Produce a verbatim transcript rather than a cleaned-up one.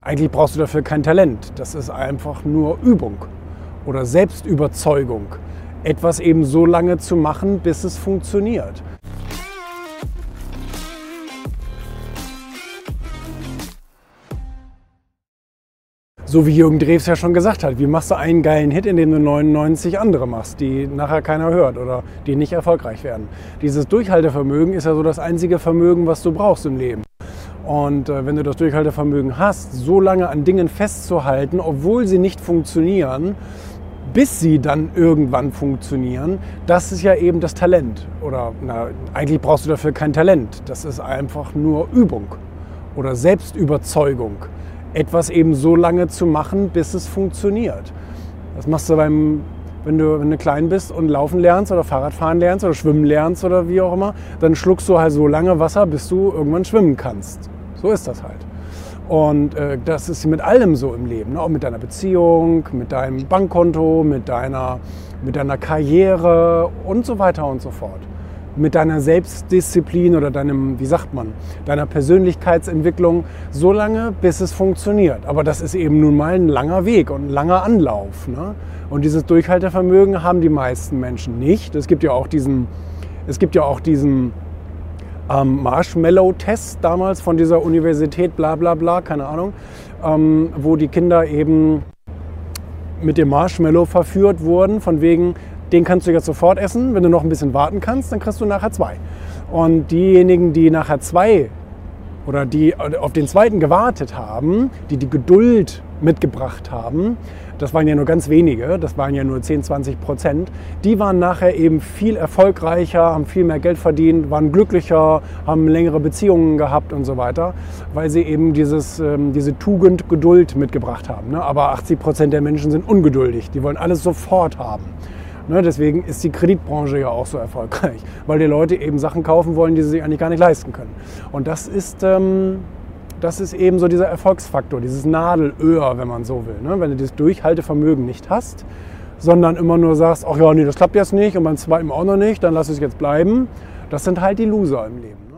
Eigentlich brauchst du dafür kein Talent. Das ist einfach nur Übung oder Selbstüberzeugung. Etwas eben so lange zu machen, bis es funktioniert. So wie Jürgen Drews ja schon gesagt hat, wie machst du einen geilen Hit, indem du neunundneunzig andere machst, die nachher keiner hört oder die nicht erfolgreich werden. Dieses Durchhaltevermögen ist ja so das einzige Vermögen, was du brauchst im Leben. Und äh, wenn du das Durchhaltevermögen hast, so lange an Dingen festzuhalten, obwohl sie nicht funktionieren, bis sie dann irgendwann funktionieren, das ist ja eben das Talent. Oder na, eigentlich brauchst du dafür kein Talent. Das ist einfach nur Übung oder Selbstüberzeugung. Etwas eben so lange zu machen, bis es funktioniert. Das machst du beim, wenn du, wenn du klein bist und laufen lernst oder Fahrradfahren lernst oder schwimmen lernst oder wie auch immer, dann schluckst du halt so lange Wasser, bis du irgendwann schwimmen kannst. So ist das halt. Und äh, das ist mit allem so im Leben, ne? Auch mit deiner Beziehung, mit deinem Bankkonto, mit deiner, mit deiner Karriere und so weiter und so fort. Mit deiner Selbstdisziplin oder deinem, wie sagt man, deiner Persönlichkeitsentwicklung so lange, bis es funktioniert. Aber das ist eben nun mal ein langer Weg und ein langer Anlauf, ne? Und dieses Durchhaltevermögen haben die meisten Menschen nicht. Es gibt ja auch diesen, es gibt ja auch diesen ähm, Marshmallow-Test damals von dieser Universität, bla bla bla, keine Ahnung, ähm, wo die Kinder eben mit dem Marshmallow verführt wurden, von wegen, den kannst du jetzt sofort essen. Wenn du noch ein bisschen warten kannst, dann kriegst du nachher zwei. Und diejenigen, die nachher zwei oder die auf den zweiten gewartet haben, die die Geduld mitgebracht haben, das waren ja nur ganz wenige, das waren ja nur zehn, zwanzig Prozent, die waren nachher eben viel erfolgreicher, haben viel mehr Geld verdient, waren glücklicher, haben längere Beziehungen gehabt und so weiter, weil sie eben dieses, diese Tugend Geduld mitgebracht haben. Aber achtzig Prozent der Menschen sind ungeduldig, die wollen alles sofort haben. Ne, deswegen ist die Kreditbranche ja auch so erfolgreich, weil die Leute eben Sachen kaufen wollen, die sie sich eigentlich gar nicht leisten können. Und das ist, ähm, das ist eben so dieser Erfolgsfaktor, dieses Nadelöhr, wenn man so will. Ne? Wenn du das Durchhaltevermögen nicht hast, sondern immer nur sagst, ach ja, nee, das klappt jetzt nicht und beim zweiten auch noch nicht, dann lass es jetzt bleiben. Das sind halt die Loser im Leben.